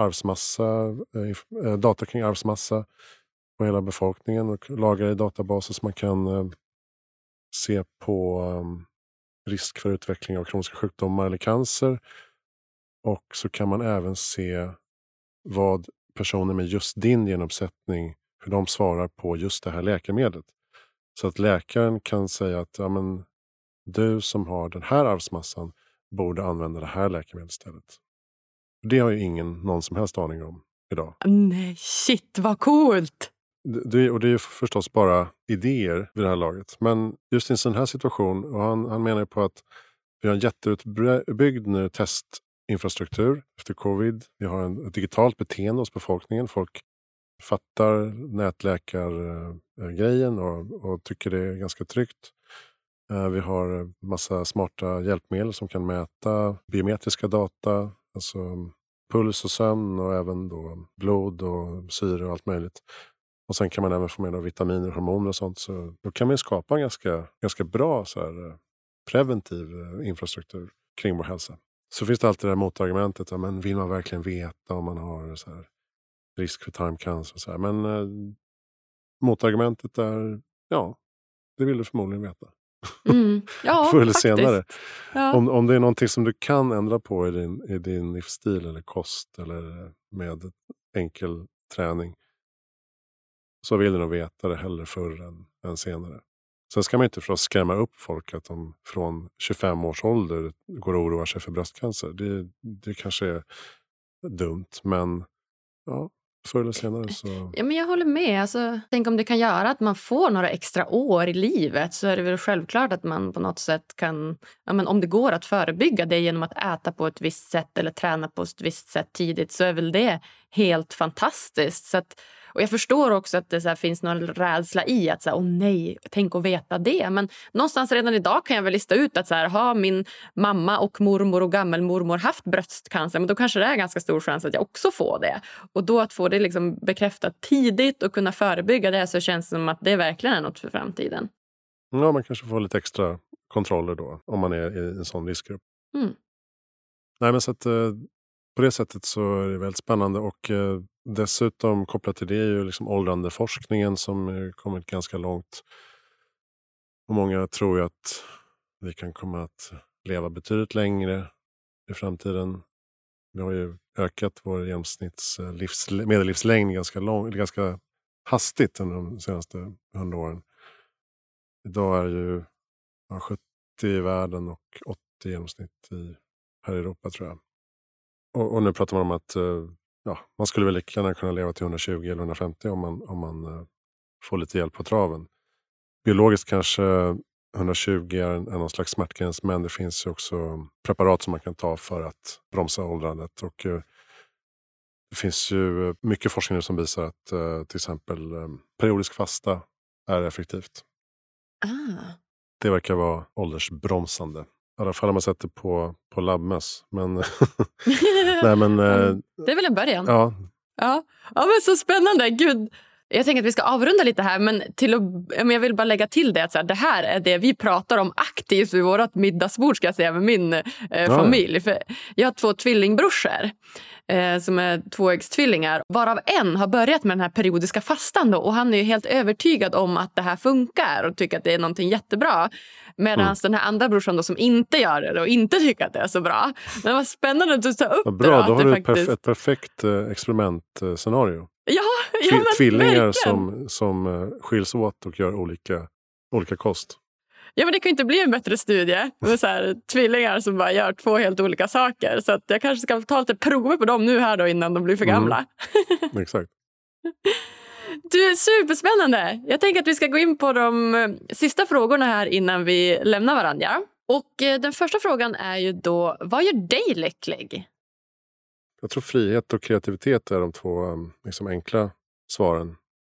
data kring arvsmassa på hela befolkningen och lagra i databaser så man kan se på risk för utveckling av kroniska sjukdomar eller cancer. Och så kan man även se vad personer med just din genuppsättning, hur de svarar på just det här läkemedlet. Så att läkaren kan säga att ja, men du som har den här arvsmassan borde använda det här läkemedlet istället. Det har ju någon som helst aning om idag. Nej, shit vad coolt! Och det är ju förstås bara idéer vid det här laget. Men just i en sån här situation, och han menar ju på att vi har en jätteutbyggd nu testinfrastruktur efter covid. Vi har ett digitalt beteende hos befolkningen. Folk fattar nätläkargrejen och tycker det är ganska tryggt. Vi har massa smarta hjälpmedel som kan mäta biometriska data, alltså puls och sömn och även då blod och syre och allt möjligt. Och sen kan man även få med vitaminer, hormoner och sånt. Så då kan man ju skapa en ganska bra så här, preventiv infrastruktur kring vår hälsa. Så finns det alltid det här motargumentet, men vill man verkligen veta om man har så här, risk för tarmcancer och så här. Men motargumentet är, ja, det vill du förmodligen veta. Ja, förr eller faktiskt. senare. Ja. Om det är någonting som du kan ändra på i din livsstil eller kost eller med enkel träning, så vill du nog veta det hellre förr än senare. Sen ska man inte för att skrämma upp folk att de från 25 års ålder går och oroar sig för bröstcancer. Det kanske är dumt, men ja, förr eller senare så... Ja, men jag håller med. Alltså, tänk om det kan göra att man får några extra år i livet, så är det väl självklart att man på något sätt kan, ja, men om det går att förebygga det genom att äta på ett visst sätt eller träna på ett visst sätt tidigt, så är väl det helt fantastiskt. Så att, och jag förstår också att det så här, finns någon rädsla i att så här, nej, tänk att veta det. Men någonstans redan idag kan jag väl lista ut att så här, har min mamma och mormor och gammelmormor haft bröstcancer, men då kanske det är ganska stor chans att jag också får det. Och då att få det liksom bekräftat tidigt och kunna förebygga det, så känns det som att det verkligen är något för framtiden. Ja, man kanske får lite extra kontroller då om man är i en sån riskgrupp. Nej, men så att på det sättet så är det väldigt spännande och dessutom kopplat till det är ju liksom åldrandeforskningen som kommit ganska långt. Och många tror ju att vi kan komma att leva betydligt längre i framtiden. Vi har ju ökat vår medellivslängd ganska hastigt under de senaste 100 åren. Idag är ju 70 i världen och 80 i genomsnitt här i Europa, tror jag. Och nu pratar man om att man skulle väl lika kunna leva till 120 eller 150 om man får lite hjälp på traven. Biologiskt kanske 120 är någon slags smärtgräns, men det finns ju också preparat som man kan ta för att bromsa åldrandet. Och det finns ju mycket forskning nu som visar att till exempel periodisk fasta är effektivt. Det verkar vara åldersbromsande. I alla fall om man sätter på labbmöss. Men, nej, men, det är väl en början. Ja. Ja, men så spännande. Gud. Jag tänker att vi ska avrunda lite här, men jag vill bara lägga till det att så här, det här är det vi pratar om aktivt vid vårt middagsbord, ska jag säga, med min familj. För jag har 2 tvillingbrorsor som är 2-äggstvillingar, varav en har börjat med den här periodiska fastan då, och han är ju helt övertygad om att det här funkar och tycker att det är någonting jättebra. Medan den här andra brorsan då, som inte gör det och inte tycker att det är så bra. Men det var spännande att du tar upp bra, det. Då har du faktiskt... ett perfekt experimentscenario. Ja, Tvillingar som skiljs åt och gör olika kost. Ja, men det kan ju inte bli en bättre studie med så här, tvillingar som bara gör 2 helt olika saker. Så att jag kanske ska ta lite prover på dem nu här då innan de blir för gamla. Exakt. Du, superspännande. Jag tänker att vi ska gå in på de sista frågorna här innan vi lämnar varandra. Och den första frågan är ju då, vad gör dig lycklig? Jag tror frihet och kreativitet är de 2 liksom enkla svaren.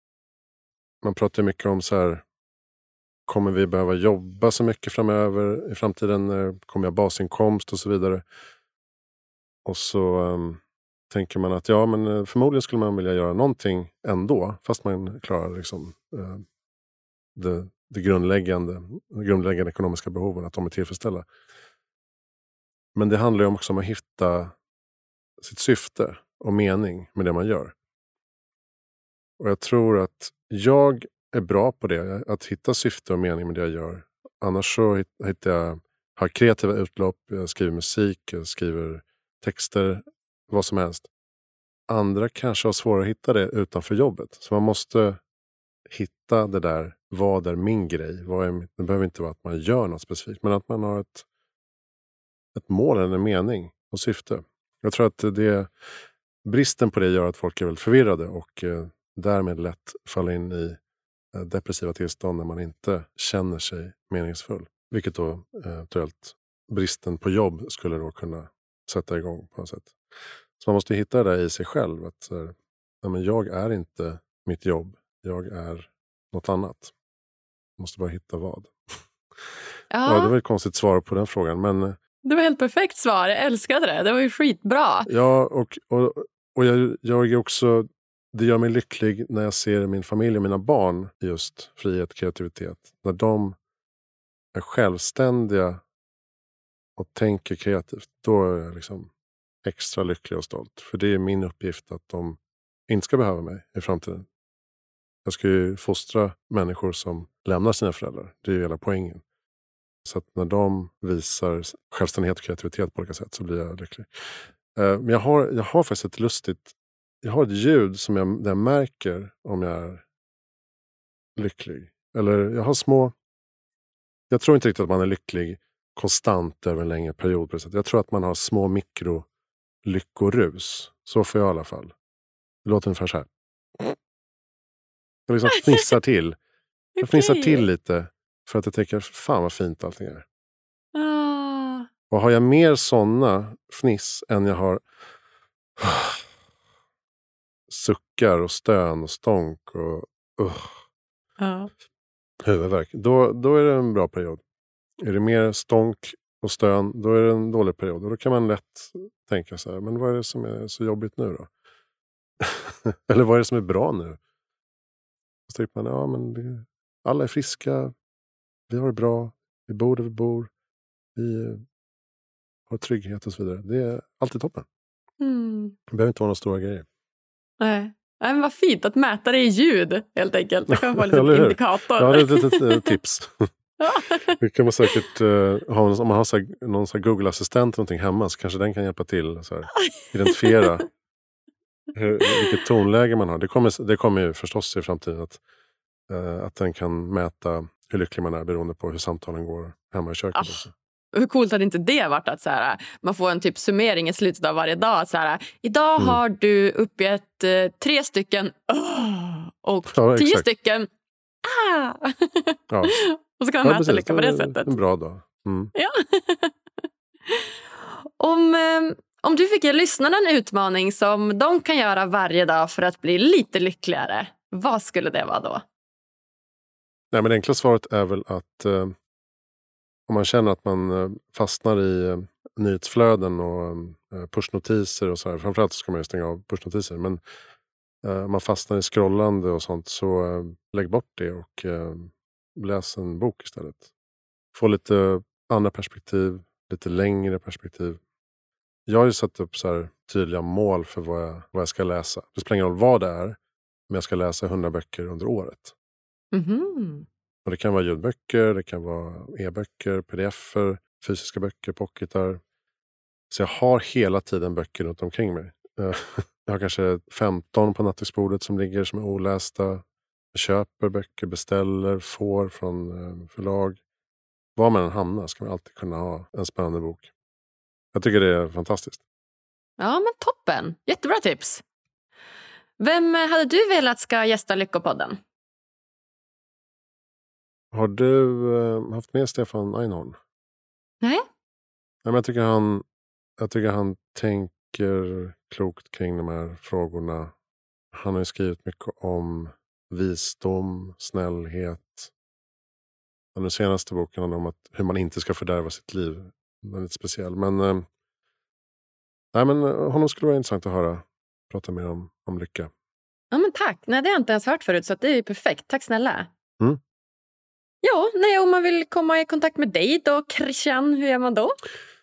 Man pratar mycket om så här, kommer vi behöva jobba så mycket framöver i framtiden? Kommer jag basinkomst och så vidare? Och så tänker man att men förmodligen skulle man vilja göra någonting ändå, fast man klarar liksom det grundläggande ekonomiska behoven, att de är tillfredsställda. Men det handlar ju också om att hitta sitt syfte och mening med det man gör. Och jag tror att jag är bra på det, att hitta syfte och mening med det jag gör. Annars så har kreativa utlopp, jag skriver musik, jag skriver texter, vad som helst. Andra kanske har svårare att hitta det utanför jobbet. Så man måste hitta det där, vad är min grej? Det behöver inte vara att man gör något specifikt, men att man har ett mål eller en mening och syfte. Jag tror att bristen på det gör att folk är väldigt förvirrade och därmed lätt faller in i depressiva tillstånd när man inte känner sig meningsfull. Vilket då eventuellt bristen på jobb skulle då kunna sätta igång på något sätt. Så man måste hitta det där i sig själv. Att men jag är inte mitt jobb. Jag är något annat. Man måste bara hitta vad. Ja, det var ett konstigt svar på den frågan. Men det var helt perfekt svar. Jag älskade det. Det var ju skitbra. Ja, och jag är också... Det gör mig lycklig när jag ser min familj och mina barn just frihet, kreativitet. När de är självständiga och tänker kreativt. Då är jag liksom extra lycklig och stolt. För det är min uppgift att de inte ska behöva mig i framtiden. Jag ska ju fostra människor som lämnar sina föräldrar. Det är ju hela poängen. Så att när de visar självständighet och kreativitet på olika sätt så blir jag lycklig. Men jag har faktiskt ett lustigt... Jag har ett ljud där jag märker om jag är lycklig. Eller jag har jag tror inte riktigt att man är lycklig konstant över en längre period på det sättet. Jag tror att man har små mikrolyckorus. Så får jag i alla fall. Det låter ungefär så här. Jag liksom fnissar till. Jag fnissar till lite för att jag tänker, fan vad fint allting är. Och har jag mer sådana fniss än jag har suckar och stön och stånk och huvudvärk, då är det en bra period. Är det mer stånk och stön, då är det en dålig period. Och då kan man lätt tänka så här, men vad är det som är så jobbigt nu då? Eller vad är det som är bra nu? Så tänker man, men alla är friska, vi har det bra, vi bor där vi bor, vi har trygghet och så vidare. Det är alltid toppen. Det behöver inte vara några stora grejer. Nej, men vad fint att mäta det i ljud helt enkelt. Det kan vara en liten indikator. Ja, det är ett tips. Det kan man säkert ha, om man har någon så här Google-assistent eller någonting hemma, så kanske den kan hjälpa till så här, identifiera vilket tonläge man har. Det kommer ju förstås i framtiden att den kan mäta hur lycklig man är beroende på hur samtalen går hemma i köket. Hur coolt hade inte det varit att så här, man får en typ summering i slutet av varje dag. Så här, idag har du uppgett 3 stycken och 10 stycken Ja. Och så kan man mäta lycka på det sättet. En bra dag. Ja. Om du fick ge lyssnarna en utmaning som de kan göra varje dag för att bli lite lyckligare, vad skulle det vara då? Nej, men det enkla svaret är väl att om man känner att man fastnar i nyhetsflöden och pushnotiser och så här. Framförallt så ska man ju stänga av pushnotiser. Men om man fastnar i scrollande och sånt så lägg bort det och läs en bok istället. Få lite andra perspektiv, lite längre perspektiv. Jag har ju satt upp så här tydliga mål för vad jag ska läsa. Det spelar ingen roll vad det är, men jag ska läsa 100 böcker under året. Mhm. Och det kan vara ljudböcker, det kan vara e-böcker, pdf-er, fysiska böcker, pocketar. Så jag har hela tiden böcker runt omkring mig. Jag har kanske 15 på nattduksbordet som ligger som är olästa. Jag köper böcker, beställer, får från förlag. Var man än hamnar ska man alltid kunna ha en spännande bok. Jag tycker det är fantastiskt. Ja, men toppen. Jättebra tips. Vem hade du velat ska gästa Lyckopodden? Har du haft med Stefan Einhorn? Nej. Men jag tycker han tänker klokt kring de här frågorna. Han har ju skrivit mycket om visdom, snällhet. Och den senaste boken handlar om hur man inte ska fördärva sitt liv. Den är lite speciell. Men honom skulle vara intressant att höra prata mer om lycka. Ja, men tack. Nej, det har jag inte ens hört förut, så det är ju perfekt. Tack snälla. Mm. Ja, om man vill komma i kontakt med dig då, Christian, hur gör man då?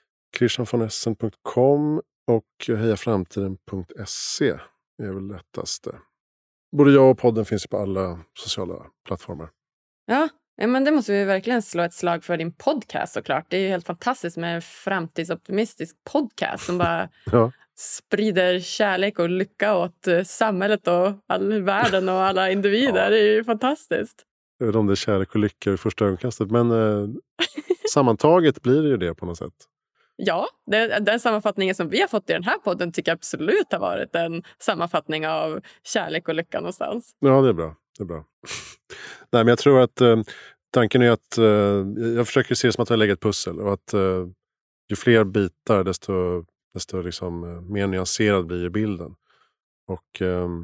christianvonessen.com och hejaframtiden.se är väl lättaste. Både jag och podden finns på alla sociala plattformar. Ja, men det måste vi verkligen slå ett slag för din podcast såklart. Det är ju helt fantastiskt med en framtidsoptimistisk podcast som bara sprider kärlek och lycka åt samhället och all världen och alla individer. Ja. Det är ju fantastiskt. Jag vet inte om det är kärlek och lycka i första ögonkastet, men sammantaget blir det ju det på något sätt. Ja, den sammanfattningen som vi har fått i den här podden tycker jag absolut har varit en sammanfattning av kärlek och lycka någonstans. Ja, det är bra. Nej, men jag tror att tanken är att jag försöker se det som att jag lägger ett pussel och att ju fler bitar desto liksom, mer nyanserad blir bilden. Och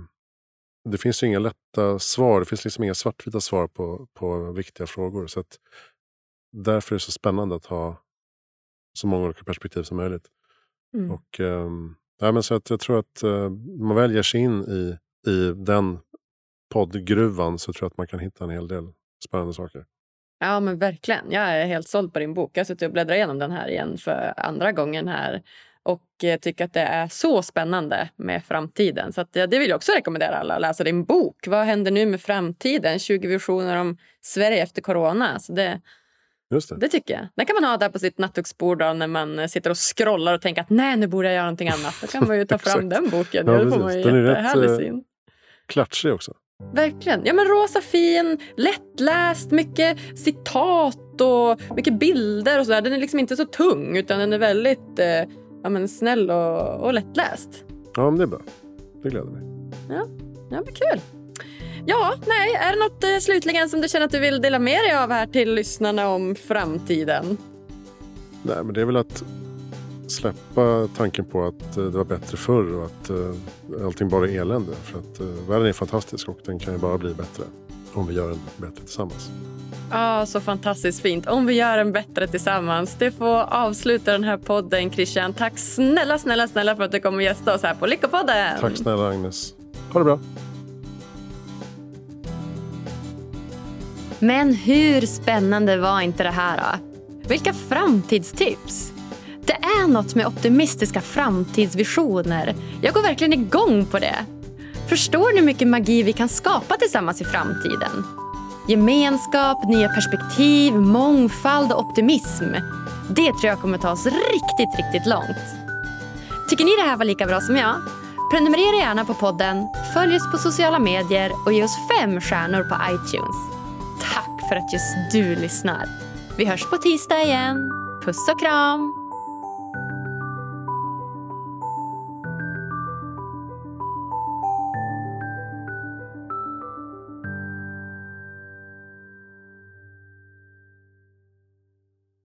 det finns ju inga lätta svar, det finns liksom inga svartvita svar på viktiga frågor, så att därför är det så spännande att ha så många olika perspektiv som möjligt. Mm. Och men så att jag tror att man väl ger sig in i den poddgruvan så tror jag att man kan hitta en hel del spännande saker. Ja, men verkligen. Jag är helt såld på din bok. Jag har suttit och bläddrat igenom den här igen för andra gången här och tycker att det är så spännande med framtiden. Så att det vill jag också rekommendera alla att läsa din bok. Vad händer nu med framtiden? 20 visioner om Sverige efter corona. Så det tycker jag. Det kan man ha där på sitt nattduksbord när man sitter och scrollar och tänker att nej, nu borde jag göra någonting annat. Då kan man ju ta fram den boken. Ja, det får man ju jättehärlig syn. Klatschig också. Verkligen. Ja, men rosa fin, lättläst, mycket citat och mycket bilder och sådär. Den är liksom inte så tung utan den är väldigt snäll och lättläst. Ja, men det är bra. Det gläder mig. Ja, men kul. Ja, nej, är det något slutligen som du känner att du vill dela med dig av här till lyssnarna om framtiden? Nej, men det är väl att släppa tanken på att det var bättre förr och att allting bara är elände. För att världen är fantastisk och den kan ju bara bli bättre om vi gör den bättre tillsammans. Ja, så fantastiskt fint. Om vi gör den bättre tillsammans. Det får avsluta den här podden, Christian. Tack snälla för att du kom och gästa oss här på Lyckopodden. Tack snälla, Agnes. Ha det bra. Men hur spännande var inte det här då? Vilka framtidstips! Det är något med optimistiska framtidsvisioner. Jag går verkligen igång på det. Förstår ni hur mycket magi vi kan skapa tillsammans i framtiden? Gemenskap, nya perspektiv, mångfald och optimism. Det tror jag kommer ta oss riktigt, riktigt långt. Tycker ni det här var lika bra som jag? Prenumerera gärna på podden, följ oss på sociala medier och ge oss 5 stjärnor på iTunes. Tack för att just du lyssnar. Vi hörs på tisdag igen. Puss och kram!